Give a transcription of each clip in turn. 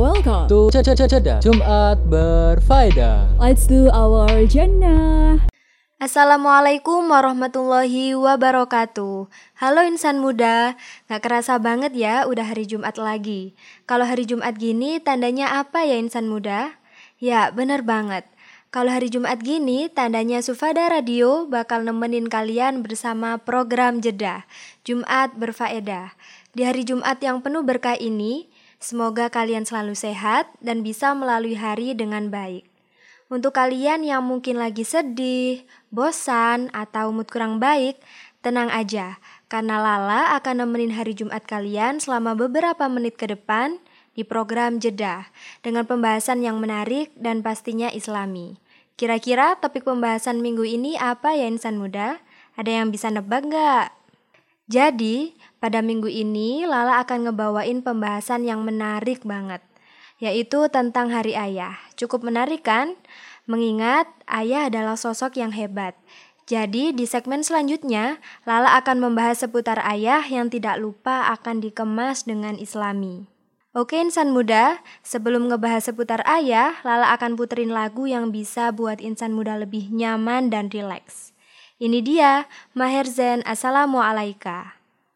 welcome to Ceda Jumat Berfaedah. Let's do our Jannah. Assalamualaikum warahmatullahi wabarakatuh. Halo insan muda, gak kerasa banget ya udah hari Jumat lagi. Kalau hari Jumat gini tandanya apa ya insan muda? Ya bener banget. Kalau hari Jumat gini tandanya Sufada Radio bakal nemenin kalian bersama program Jeda Jumat Berfaedah. Di hari Jumat yang penuh berkah ini, semoga kalian selalu sehat dan bisa melalui hari dengan baik. Untuk kalian yang mungkin lagi sedih, bosan, atau mood kurang baik, tenang aja, karena Lala akan nemenin hari Jumat kalian selama beberapa menit ke depan di program Jeda, dengan pembahasan yang menarik dan pastinya islami. Kira-kira topik pembahasan minggu ini apa ya insan muda? Ada yang bisa nebak nggak? Jadi, pada minggu ini Lala akan ngebawain pembahasan yang menarik banget, yaitu tentang Hari Ayah. Cukup menarik kan? Mengingat ayah adalah sosok yang hebat. Jadi di segmen selanjutnya, Lala akan membahas seputar ayah yang tidak lupa akan dikemas dengan islami. Oke insan muda, sebelum ngebahas seputar ayah, Lala akan puterin lagu yang bisa buat insan muda lebih nyaman dan rileks. Ini dia, Maher Zain, Assalamualaikum.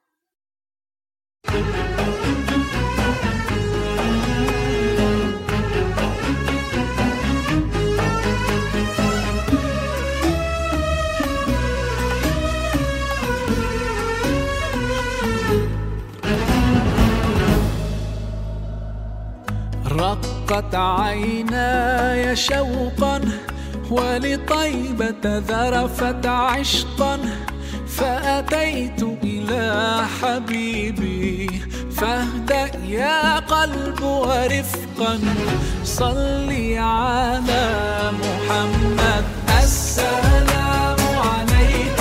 رقت عيناي شوقا ولطيبة ذرفت عشقا فأتيت إلى حبيبي فاهدأ يا قلب ورفقا صلي على محمد السلام عليك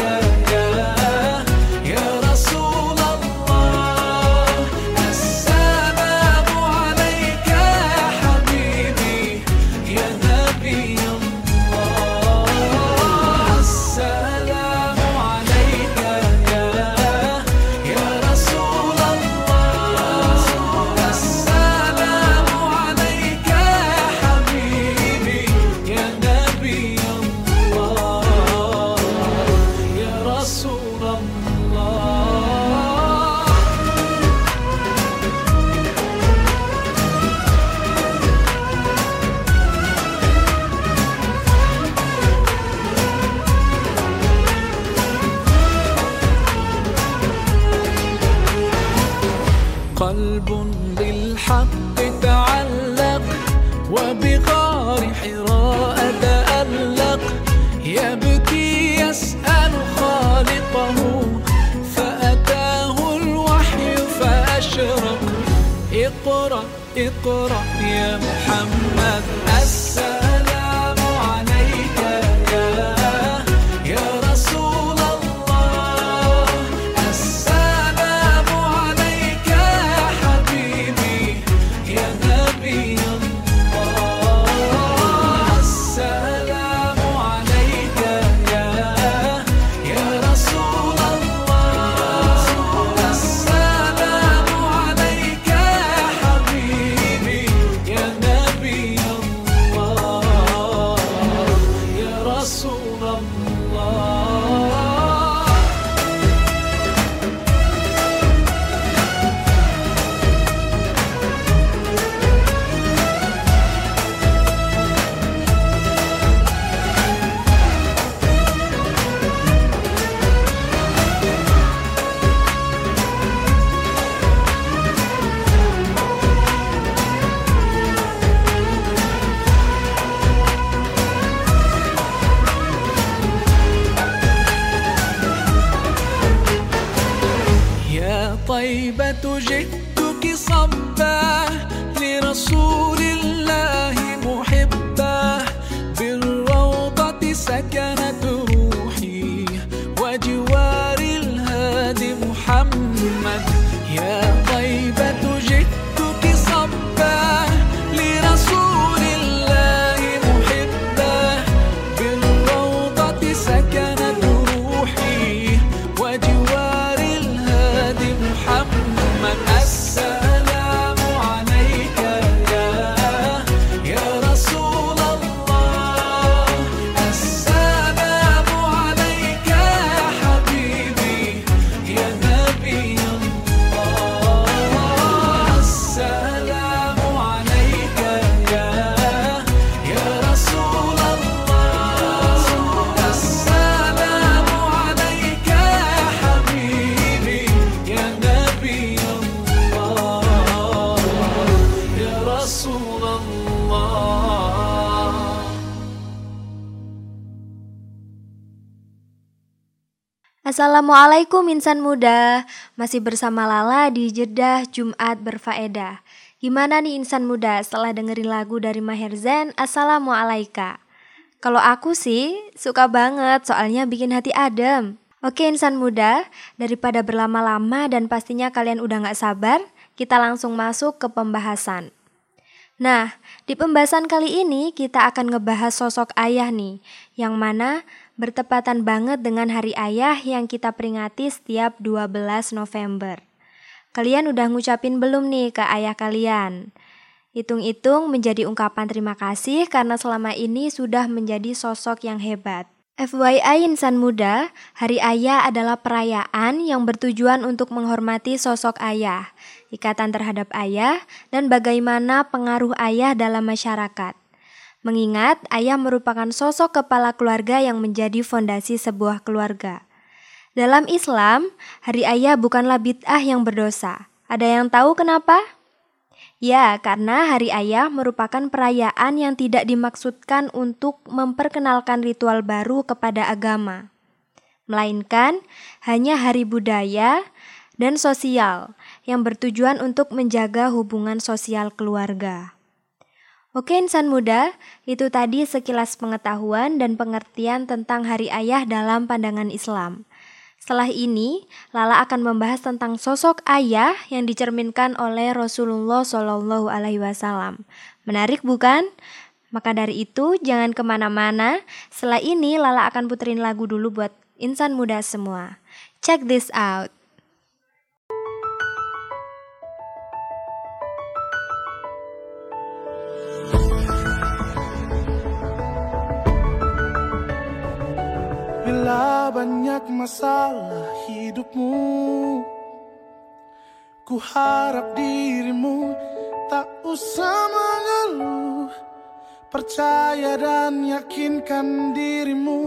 يا رسول الله السلام عليك يا حبيبي يا نبي الله السلام عليك يا رسول الله السلام عليك يا حبيبي يا نبي الله يا رسول الله. قلب بالحق تعلق وبغار حراء تألق يبكي يسأل خالقه فأتاه الوحي فأشرق اقرأ اقرأ يا محمد السلام عليك يا رسول الله السلام عليك يا حبيبي يا نبي الله السلام عليك يا رسول الله السلام عليك يا حبيبي يا نبي الله Assalamualaikum insan muda. Masih bersama Lala di Jeddah Jumat Berfaedah. Gimana nih insan muda setelah dengerin lagu dari Maher Zain, Assalamualaikum. Kalau aku sih suka banget soalnya bikin hati adem. Oke insan muda, daripada berlama-lama dan pastinya kalian udah gak sabar, kita langsung masuk ke pembahasan. Nah, di pembahasan kali ini kita akan ngebahas sosok ayah nih, yang mana bertepatan banget dengan Hari Ayah yang kita peringati setiap 12 November. Kalian udah ngucapin belum nih ke ayah kalian? Hitung-hitung menjadi ungkapan terima kasih karena selama ini sudah menjadi sosok yang hebat. FYI insan muda, Hari Ayah adalah perayaan yang bertujuan untuk menghormati sosok ayah, ikatan terhadap ayah, dan bagaimana pengaruh ayah dalam masyarakat. Mengingat ayah merupakan sosok kepala keluarga yang menjadi fondasi sebuah keluarga. Dalam Islam, Hari Ayah bukanlah bid'ah yang berdosa. Ada yang tahu kenapa? Ya, karena Hari Ayah merupakan perayaan yang tidak dimaksudkan untuk memperkenalkan ritual baru kepada agama, melainkan hanya hari budaya dan sosial yang bertujuan untuk menjaga hubungan sosial keluarga. Oke insan muda, itu tadi sekilas pengetahuan dan pengertian tentang Hari Ayah dalam pandangan Islam. Setelah ini, Lala akan membahas tentang sosok ayah yang dicerminkan oleh Rasulullah SAW. Menarik bukan? Maka dari itu, jangan kemana-mana. Setelah ini, Lala akan puterin lagu dulu buat insan muda semua. Check this out. Bila banyak masalah hidupmu, ku harap dirimu tak usah mengeluh. Percaya dan yakinkan dirimu,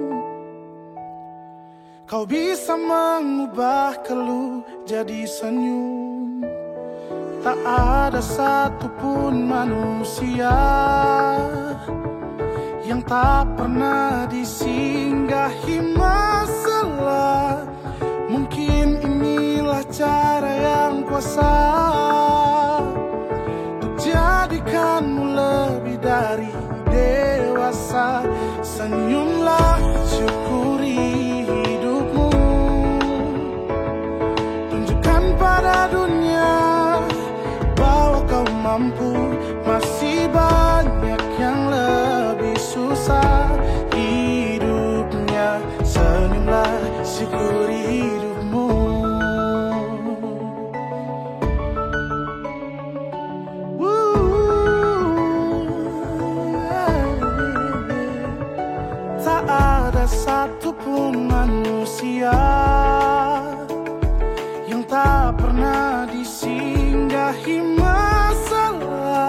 kau bisa mengubah keluh jadi senyum. Tak ada satupun manusia yang tak pernah disinggahi masalah. Mungkin inilah cara yang kuasa untuk jadikanmu lebih dari dewasa. Senyumlah, syukuri hidupmu, tunjukkan pada dunia bahwa kau mampu. Masih banyak yang lebih susah hidupnya. Senyumlah, syukuri hidupmu. Tak ada satupun manusia yang tak pernah disinggahi masalah.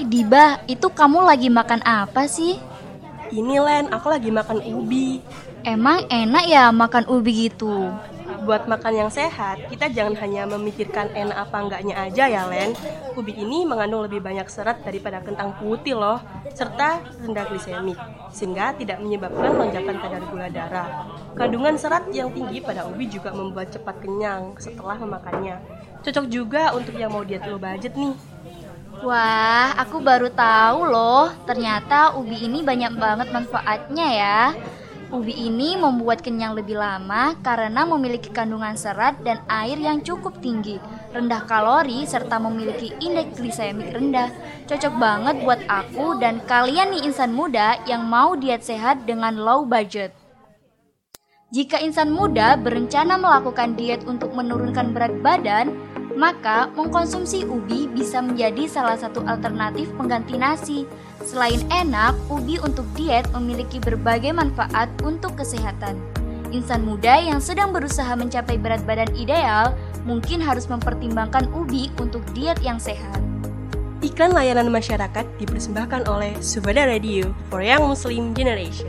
Diba, itu kamu lagi makan apa sih? Ini Len, aku lagi makan ubi. Emang enak ya makan ubi gitu? Buat makan yang sehat, kita jangan hanya memikirkan enak apa enggaknya aja ya Len. Ubi ini mengandung lebih banyak serat daripada kentang putih loh, serta rendah glisemik, sehingga tidak menyebabkan lonjakan kadar gula darah. Kandungan serat yang tinggi pada ubi juga membuat cepat kenyang setelah memakannya. Cocok juga untuk yang mau diet low budget nih. Wah, aku baru tahu loh, ternyata ubi ini banyak banget manfaatnya ya. Ubi ini membuat kenyang lebih lama karena memiliki kandungan serat dan air yang cukup tinggi, rendah kalori, serta memiliki indeks glisemik rendah. Cocok banget buat aku dan kalian nih insan muda yang mau diet sehat dengan low budget. Jika insan muda berencana melakukan diet untuk menurunkan berat badan, maka mengkonsumsi ubi bisa menjadi salah satu alternatif pengganti nasi. Selain enak, ubi untuk diet memiliki berbagai manfaat untuk kesehatan. Insan muda yang sedang berusaha mencapai berat badan ideal mungkin harus mempertimbangkan ubi untuk diet yang sehat. Iklan layanan masyarakat dipersembahkan oleh Sufada Radio for Young Muslim Generation.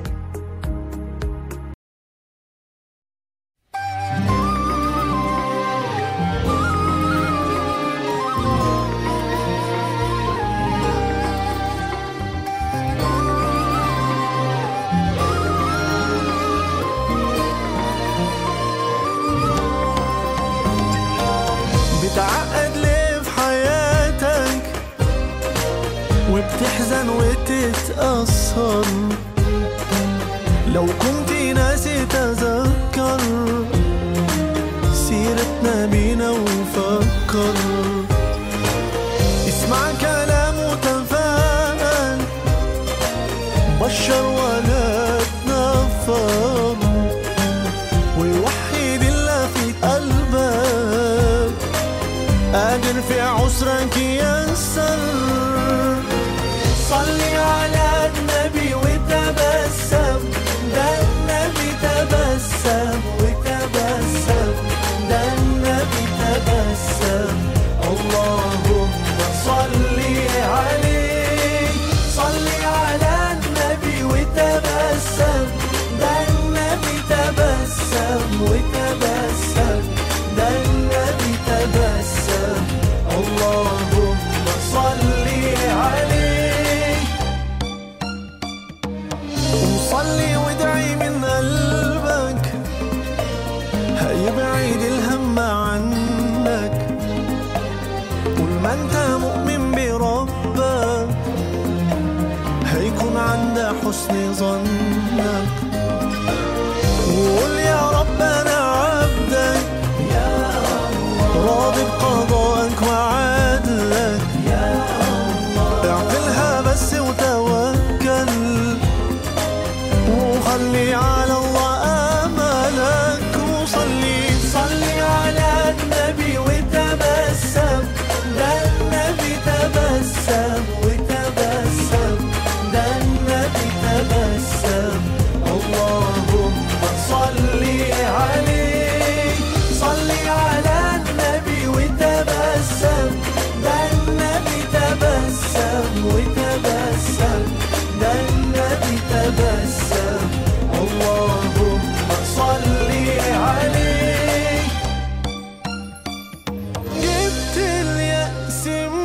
بتعقد ليه في حياتك وبتحزن وتتأثر لو كنت ناسي تذكر سيرتنا بينا وفكر اسمع كلام وتفاءل بشر ولا تنفر ووحد الله في قلبك قادر في عسرك ينسر صلي على النبي وتبسم ده النبي تبسم وتبسم ده النبي تبسم اللهم صلي عليه صلي على النبي وتبسم ده النبي تبسم وتبسم ده النبي تبسم اللهم صلي عليه وصلي وادعي من قلبك هيبعد الهم عنك طول ما انت مؤمن بربك هيكون عند حسن ظنك وقول يا رب انا عبدك راضي بقضائك وعدلك اعملها بس وتوكل وخلي على الله املك وصلي صلي على النبي وتبسم ده النبي تبسم وتبسم ده النبي تبسم اللهم صلي عليه صلي على النبي وتبسم ده النبي تبسم وتبسم ده النبي تبسم اللهم صلي عليه جبت اليأس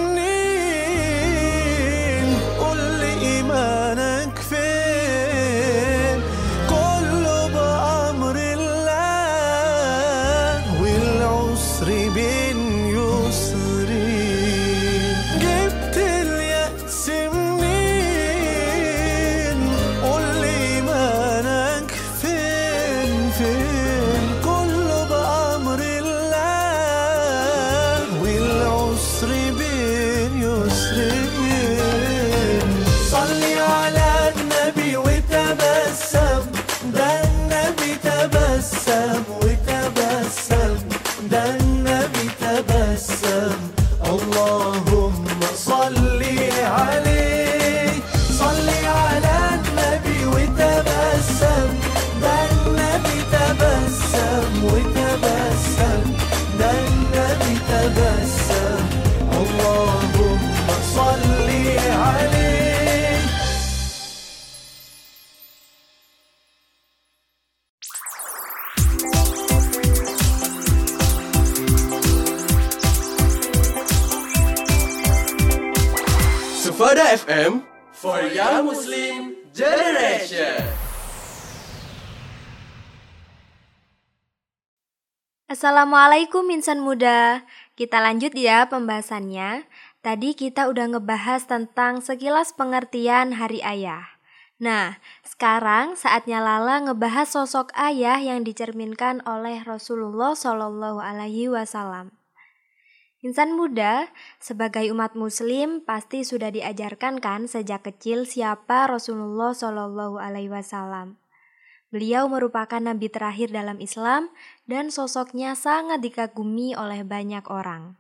منين قول لي إيمانك فين كله بأمر الله والعسر بين يسرين جبت اليأس منين قول لي FM for Young Muslim Generation. Assalamualaikum insan muda. Kita lanjut ya pembahasannya. Tadi kita udah ngebahas tentang sekilas pengertian Hari Ayah. Nah, sekarang saatnya Lala ngebahas sosok ayah yang dicerminkan oleh Rasulullah Shallallahu Alaihi Wasallam. Insan muda, sebagai umat muslim pasti sudah diajarkan kan sejak kecil siapa Rasulullah Shallallahu Alaihi Wasallam. Beliau merupakan nabi terakhir dalam Islam dan sosoknya sangat dikagumi oleh banyak orang.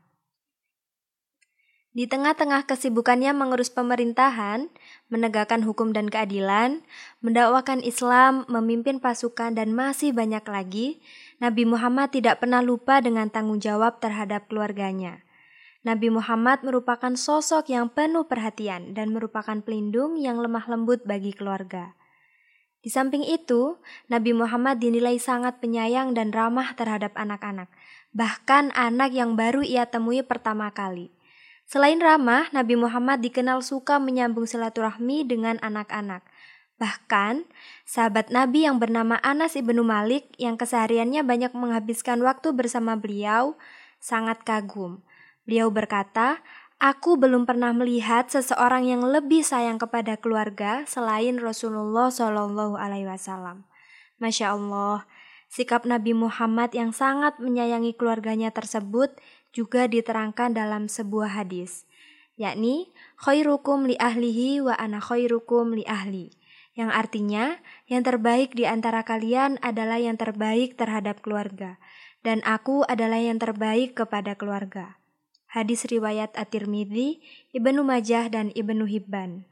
Di tengah-tengah kesibukannya mengurus pemerintahan, menegakkan hukum dan keadilan, mendakwakan Islam, memimpin pasukan, dan masih banyak lagi, Nabi Muhammad tidak pernah lupa dengan tanggung jawab terhadap keluarganya. Nabi Muhammad merupakan sosok yang penuh perhatian dan merupakan pelindung yang lemah lembut bagi keluarga. Di samping itu, Nabi Muhammad dinilai sangat penyayang dan ramah terhadap anak-anak, bahkan anak yang baru ia temui pertama kali. Selain ramah, Nabi Muhammad dikenal suka menyambung silaturahmi dengan anak-anak. Bahkan, sahabat Nabi yang bernama Anas ibnu Malik yang kesehariannya banyak menghabiskan waktu bersama beliau, sangat kagum. Beliau berkata, "Aku belum pernah melihat seseorang yang lebih sayang kepada keluarga selain Rasulullah Shallallahu Alaihi Wasallam." Masya Allah, sikap Nabi Muhammad yang sangat menyayangi keluarganya tersebut juga diterangkan dalam sebuah hadis, yakni khairukum li ahlihi wa ana khairukum li ahli, yang artinya yang terbaik di antara kalian adalah yang terbaik terhadap keluarga, dan aku adalah yang terbaik kepada keluarga. Hadis riwayat At-Tirmidzi, Ibnu Majah, dan Ibnu Hibban.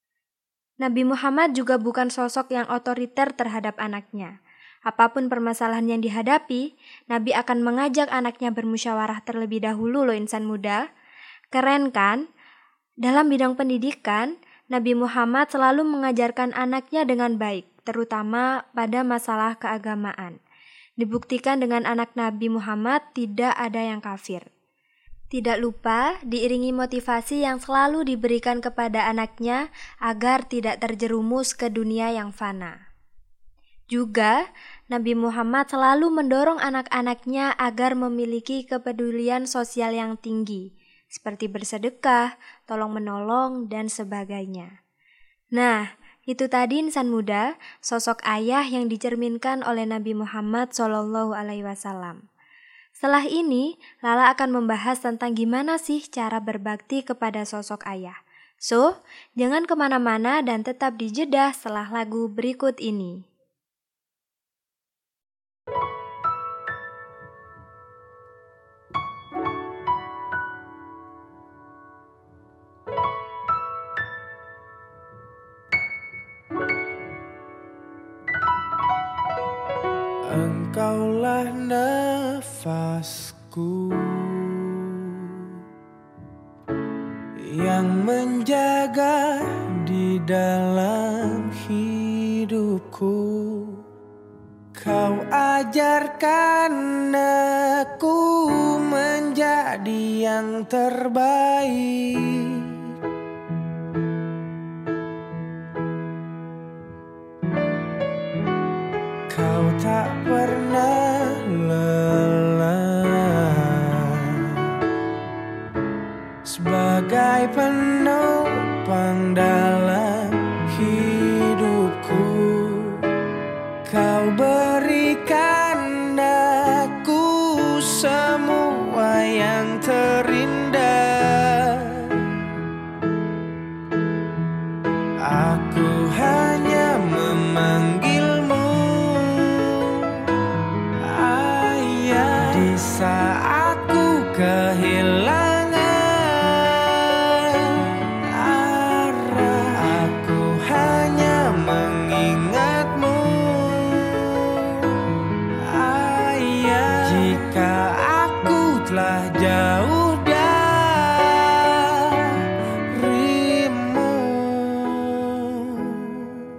Nabi Muhammad juga bukan sosok yang otoriter terhadap anaknya. Apapun permasalahan yang dihadapi, Nabi akan mengajak anaknya bermusyawarah terlebih dahulu loh insan muda. Keren kan? Dalam bidang pendidikan, Nabi Muhammad selalu mengajarkan anaknya dengan baik, terutama pada masalah keagamaan. Dibuktikan dengan anak Nabi Muhammad tidak ada yang kafir. Tidak lupa diiringi motivasi yang selalu diberikan kepada anaknya agar tidak terjerumus ke dunia yang fana. Juga, Nabi Muhammad selalu mendorong anak-anaknya agar memiliki kepedulian sosial yang tinggi, seperti bersedekah, tolong-menolong, dan sebagainya. Nah, itu tadi insan muda, sosok ayah yang dicerminkan oleh Nabi Muhammad SAW. Setelah ini, Lala akan membahas tentang gimana sih cara berbakti kepada sosok ayah. So, jangan kemana-mana dan tetap di jeda setelah lagu berikut ini. Engkaulah nafasku yang menjaga di dalam hidupku. Kau ajarkan aku menjadi yang terbaik. Kau tak pernah lelah sebagai penopang dalam hidupku. Kau berikan aku semua yang terindah. Aku hanya memanggilmu Ayah di saat ku kehilangan arah. Aku hanya mengingatmu Ayah jika aku telah jauh darimu.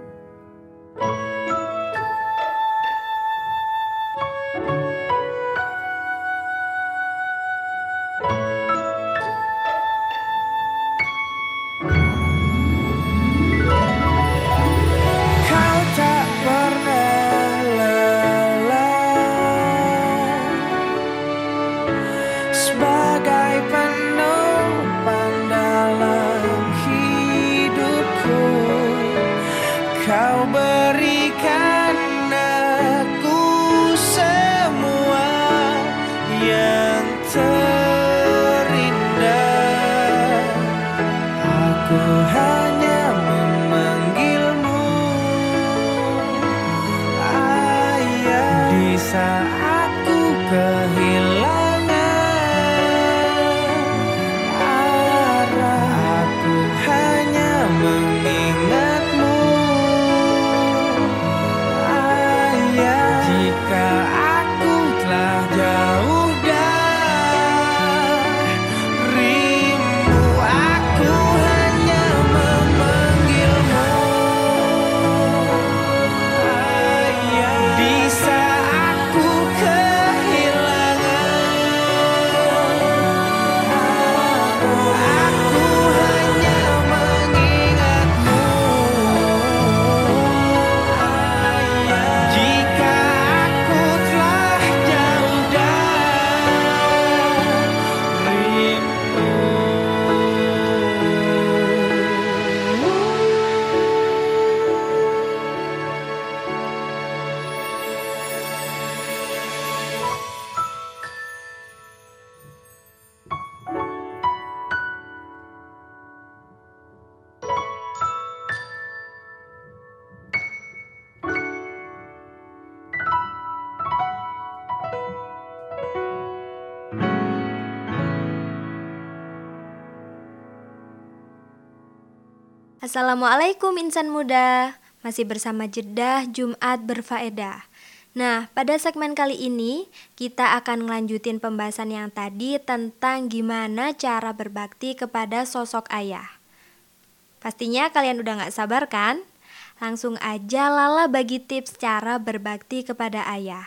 Assalamualaikum insan muda. Masih bersama Jeddah Jumat Berfaedah. Nah, pada segmen kali ini kita akan melanjutin pembahasan yang tadi tentang gimana cara berbakti kepada sosok ayah. Pastinya kalian udah gak sabar kan? Langsung aja Lala bagi tips cara berbakti kepada ayah.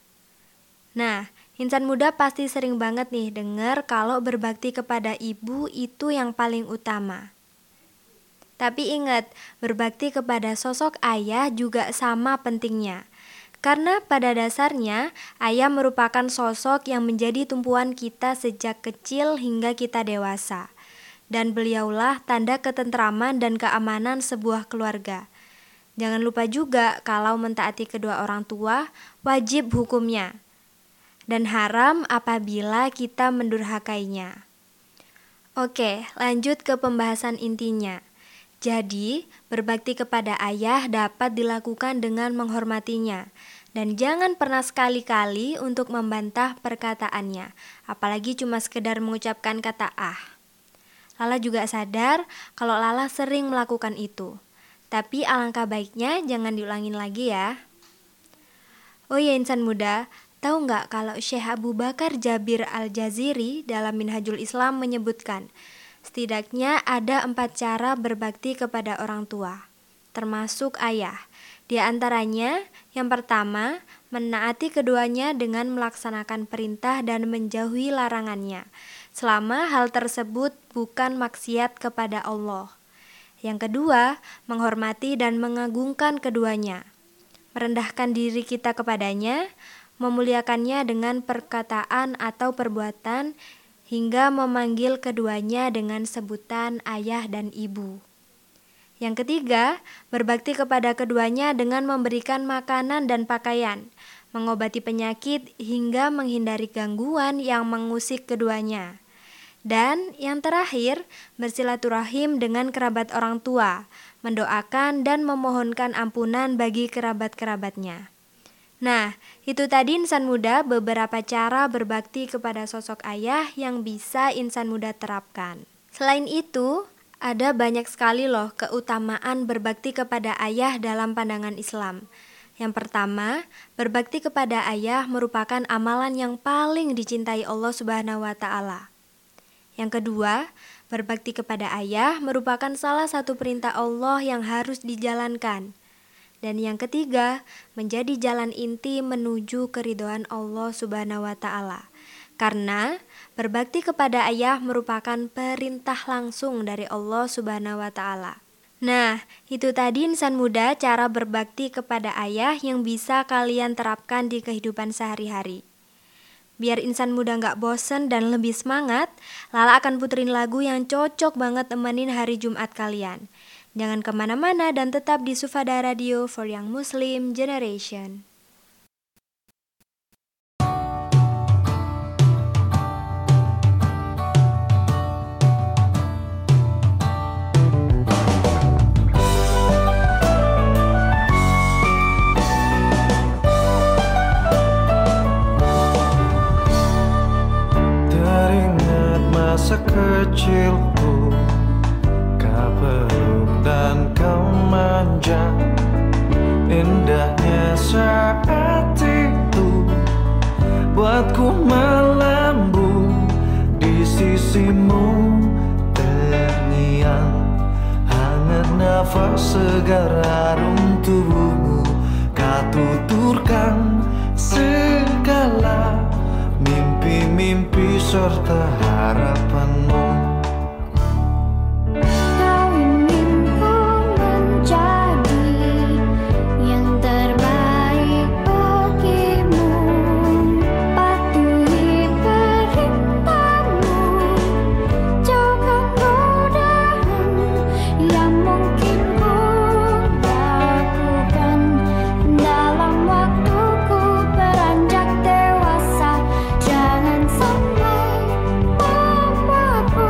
Nah, insan muda pasti sering banget nih denger kalau berbakti kepada ibu itu yang paling utama. Tapi ingat, berbakti kepada sosok ayah juga sama pentingnya. Karena pada dasarnya, ayah merupakan sosok yang menjadi tumpuan kita sejak kecil hingga kita dewasa. Dan beliaulah tanda ketentraman dan keamanan sebuah keluarga. Jangan lupa juga kalau mentaati kedua orang tua, wajib hukumnya. Dan haram apabila kita mendurhakainya. Oke, lanjut ke pembahasan intinya. Jadi, berbakti kepada ayah dapat dilakukan dengan menghormatinya. Dan jangan pernah sekali-kali untuk membantah perkataannya, apalagi cuma sekedar mengucapkan kata ah. Lala juga sadar kalau Lala sering melakukan itu. Tapi alangkah baiknya jangan diulangin lagi ya. Oh ya insan muda, tahu nggak kalau Syekh Abu Bakar Jabir Al-Jaziri dalam Minhajul Islam menyebutkan, setidaknya ada 4 cara berbakti kepada orang tua, termasuk ayah. Di antaranya, yang pertama, menaati keduanya dengan melaksanakan perintah dan menjauhi larangannya, selama hal tersebut bukan maksiat kepada Allah. Yang kedua, menghormati dan mengagungkan keduanya, merendahkan diri kita kepadanya, memuliakannya dengan perkataan atau perbuatan, hingga memanggil keduanya dengan sebutan ayah dan ibu. Yang ketiga, berbakti kepada keduanya dengan memberikan makanan dan pakaian, mengobati penyakit hingga menghindari gangguan yang mengusik keduanya. Dan yang terakhir, bersilaturahim dengan kerabat orang tua, mendoakan dan memohonkan ampunan bagi kerabat-kerabatnya. Nah, itu tadi insan muda beberapa cara berbakti kepada sosok ayah yang bisa insan muda terapkan. Selain itu, ada banyak sekali loh keutamaan berbakti kepada ayah dalam pandangan Islam. Yang pertama, berbakti kepada ayah merupakan amalan yang paling dicintai Allah Subhanahu wa Ta'ala. Yang kedua, berbakti kepada ayah merupakan salah satu perintah Allah yang harus dijalankan. Dan yang ketiga, menjadi jalan inti menuju keridhaan Allah Subhanahu wa Ta'ala. Karena berbakti kepada ayah merupakan perintah langsung dari Allah Subhanahu wa Ta'ala. Nah, itu tadi insan muda cara berbakti kepada ayah yang bisa kalian terapkan di kehidupan sehari-hari. Biar insan muda gak bosen dan lebih semangat, Lala akan puterin lagu yang cocok banget temenin hari Jumat kalian. Jangan kemana-mana dan tetap di Sufada Radio for Young Muslim Generation. Teringat masa kecilku, kau peluk dan kau manja. Indahnya saat itu buatku melambung di sisimu. Terngiang hangat nafas segar harum tubuhmu. Kau tuturkan segala mimpi-mimpi serta harapanmu. Jangan sampai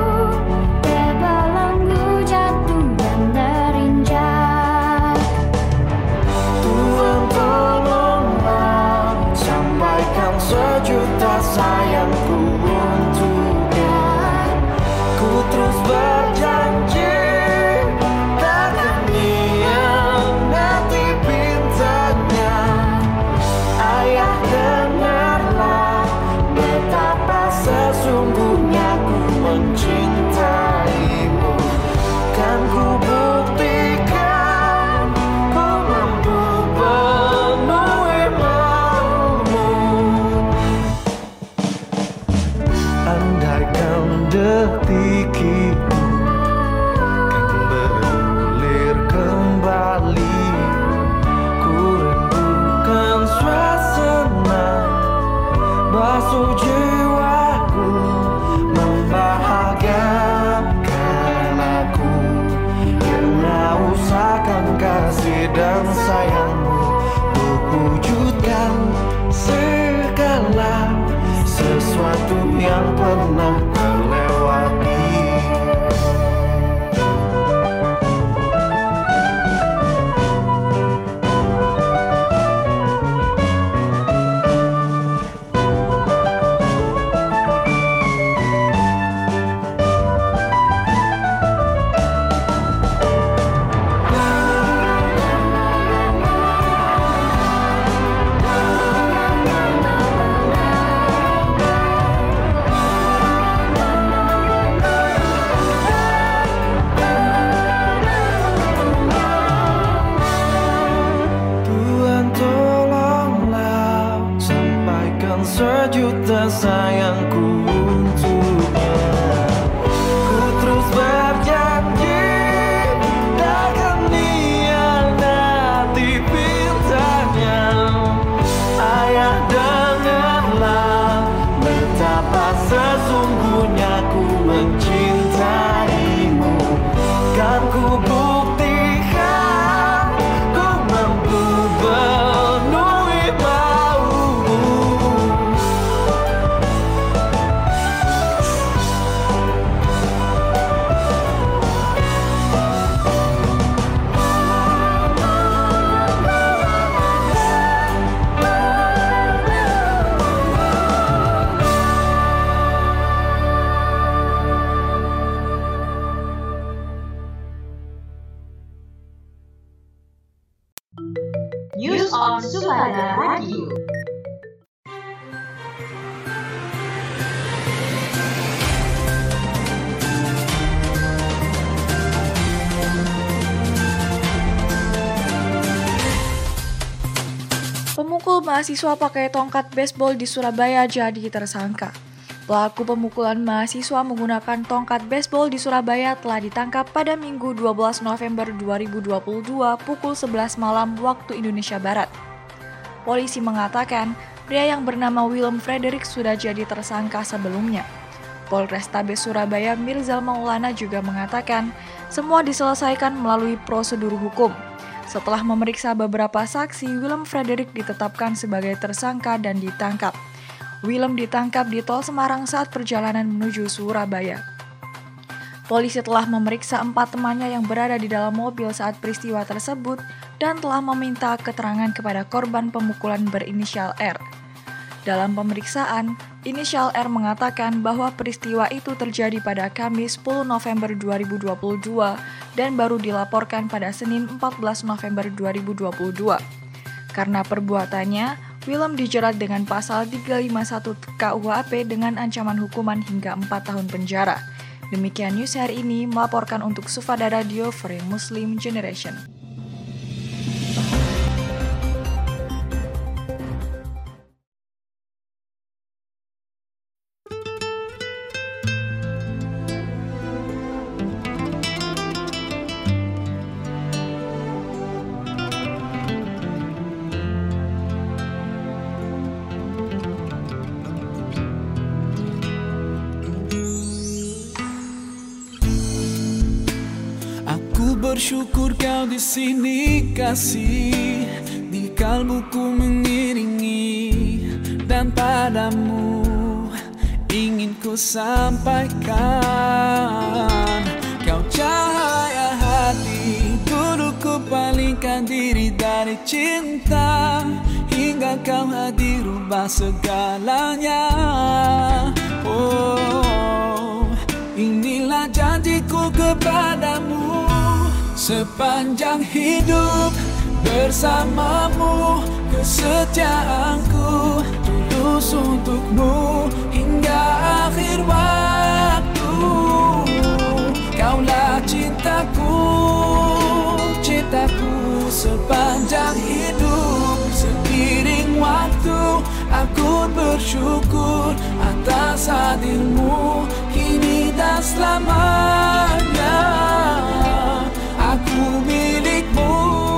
News on Sumada Radio. Pemukul mahasiswa pakai tongkat baseball di Surabaya jadi tersangka. Pelaku pemukulan mahasiswa menggunakan tongkat baseball di Surabaya telah ditangkap pada Minggu 12 November 2022 pukul 11 malam waktu Indonesia Barat. Polisi mengatakan pria yang bernama Willem Frederick sudah jadi tersangka sebelumnya. Polrestabes Surabaya Mirzal Maulana juga mengatakan semua diselesaikan melalui prosedur hukum. Setelah memeriksa beberapa saksi, Willem Frederick ditetapkan sebagai tersangka dan ditangkap. Willem ditangkap di Tol Semarang saat perjalanan menuju Surabaya. Polisi telah memeriksa 4 temannya yang berada di dalam mobil saat peristiwa tersebut dan telah meminta keterangan kepada korban pemukulan berinisial R. Dalam pemeriksaan, inisial R mengatakan bahwa peristiwa itu terjadi pada Kamis 10 November 2022 dan baru dilaporkan pada Senin 14 November 2022. Karena perbuatannya, Willem dijerat dengan pasal 351 KUHP dengan ancaman hukuman hingga 4 tahun penjara. Demikian news hari ini melaporkan untuk Sufada Radio for a Muslim Generation. Bersyukur kau di sini kasih, di kalbuku mengiringi, dan padamu ingin ku sampaikan. Kau cahaya hati, dulu ku palingkan diri dari cinta, hingga kau hadir rubah segalanya. Oh, inilah janjiku kepadamu. Sepanjang hidup bersamamu, kesetiaanku tulus untukmu hingga akhir waktu. Kaulah cintaku, cintaku sepanjang hidup. Seiring waktu aku bersyukur atas hadirmu kini dan selamanya. Aku milikmu,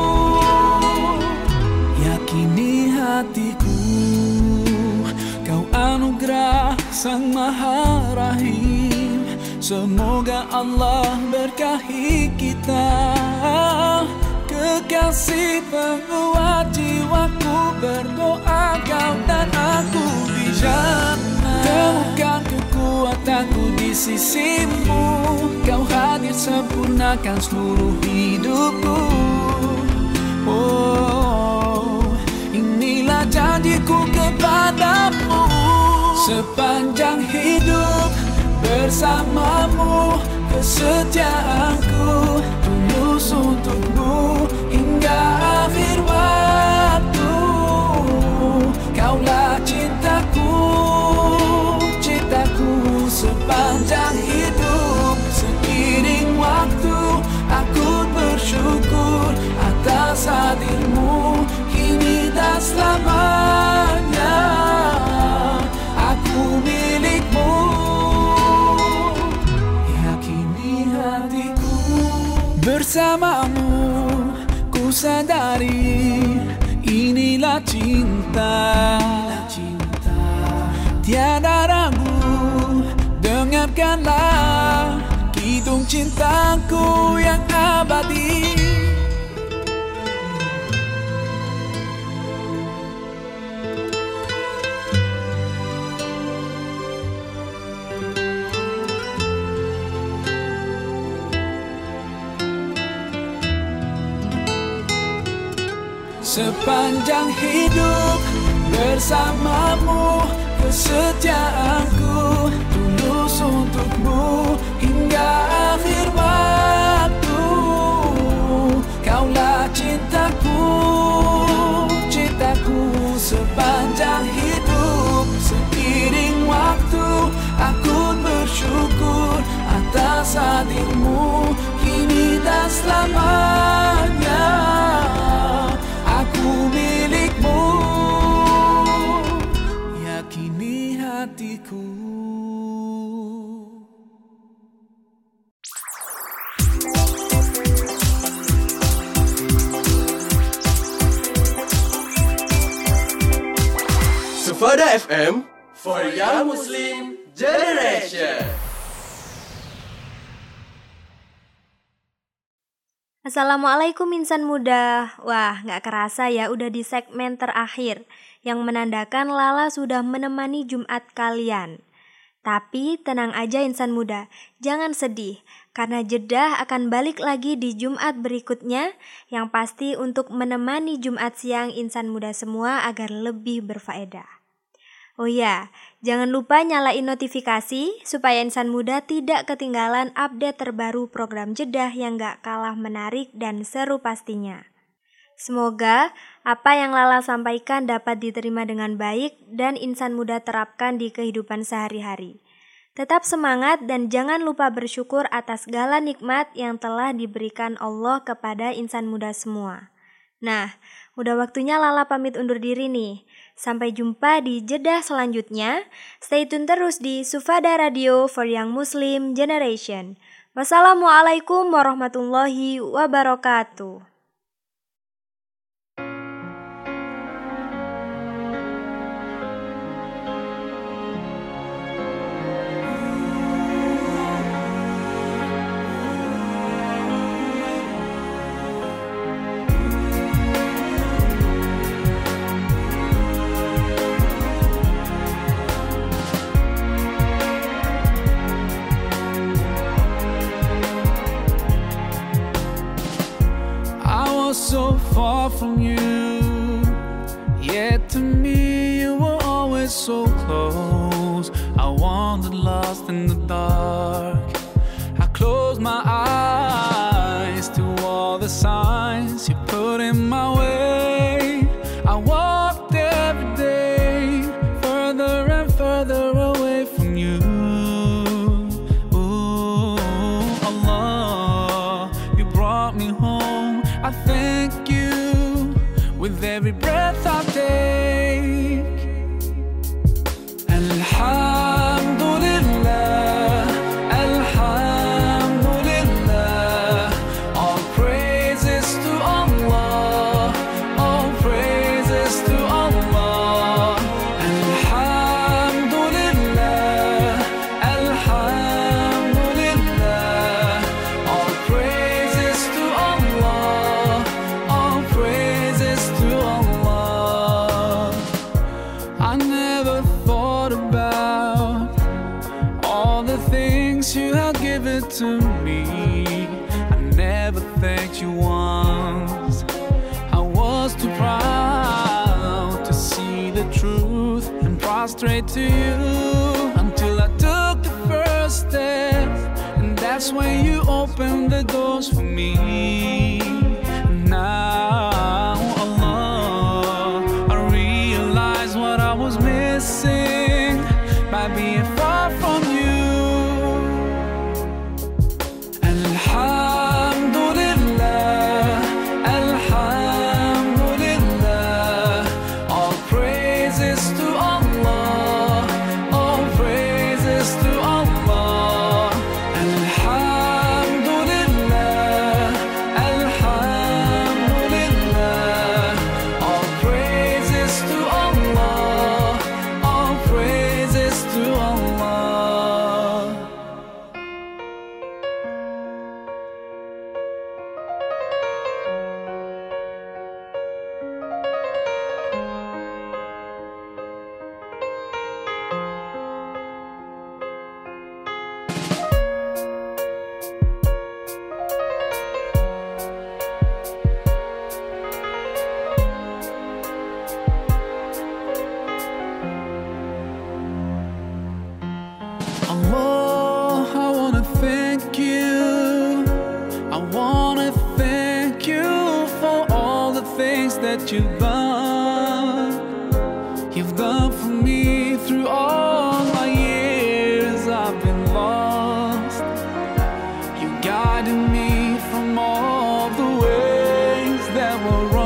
yakini hatiku. Kau anugerah Sang Maha Rahim, semoga Allah berkahi kita. Kekasih penguat jiwaku, berdoa kau dan aku di jannah. Temukan kekuatanku di sisimu, kau hadir sempurnakan seluruh hidupku. Oh, inilah janjiku kepadamu. Sepanjang hidup bersamamu, kesetiaanku tulus untukmu hingga akhir waktu. Kaulah cintaku, cintaku sepanjang hidup. Seiring waktu aku bersyukur atas hadirmu kini dan selamanya. Aku milikmu, yakini hatiku. Bersamamu ku sadari inilah cinta. Tiada ragu, dengarkanlah kidung cintaku yang abadi. Sepanjang hidup bersamamu, kesetiaanku tulus untukmu hingga akhir waktu. Kaulah cintaku, selamanya. Aku milikmu, yakini hatiku. Sufada FM for Young Muslim Generation. Assalamualaikum insan muda. Wah, gak kerasa ya udah di segmen terakhir yang menandakan Lala sudah menemani Jumat kalian. Tapi tenang aja insan muda, jangan sedih karena Jeddah akan balik lagi di Jumat berikutnya yang pasti untuk menemani Jumat siang insan muda semua agar lebih berfaedah. Oh ya, jangan lupa nyalain notifikasi supaya insan muda tidak ketinggalan update terbaru program Jeddah yang gak kalah menarik dan seru pastinya. Semoga apa yang Lala sampaikan dapat diterima dengan baik dan insan muda terapkan di kehidupan sehari-hari. Tetap semangat dan jangan lupa bersyukur atas segala nikmat yang telah diberikan Allah kepada insan muda semua. Nah, udah waktunya Lala pamit undur diri nih. Sampai jumpa di Jeddah selanjutnya. Stay tune terus di Sufada Radio for Young Muslim Generation. Wassalamualaikum warahmatullahi wabarakatuh. So far from you, yet to me you were always so close. I wandered lost in the dark. I closed my eyes to all the signs you put in my way. I walked every day further and further away from you. Ooh, Allah, you brought me home. I thank you with every breath I take. Alhamdulillah, Alhamdulillah. All praises to Allah, all praises to Allah. Alhamdulillah, Alhamdulillah. All praises to Allah, all praises to Allah. I never thought about all the things you have given to me. I never thanked you once. I was too proud to see the truth and prostrate to you until I took the first step, and that's when you opened the doors for me. Now, Allah, I realize what I was missing by being far from you. Alhamdulillah, Alhamdulillah. All praises to Allah, all praises to Allah. Alhamdulillah, Alhamdulillah. All praises to Allah, all praises to Allah. Allah, I wanna thank you. I wanna thank you for all the things that you've done. You've done for me through all my years I've been lost. You guided me from all will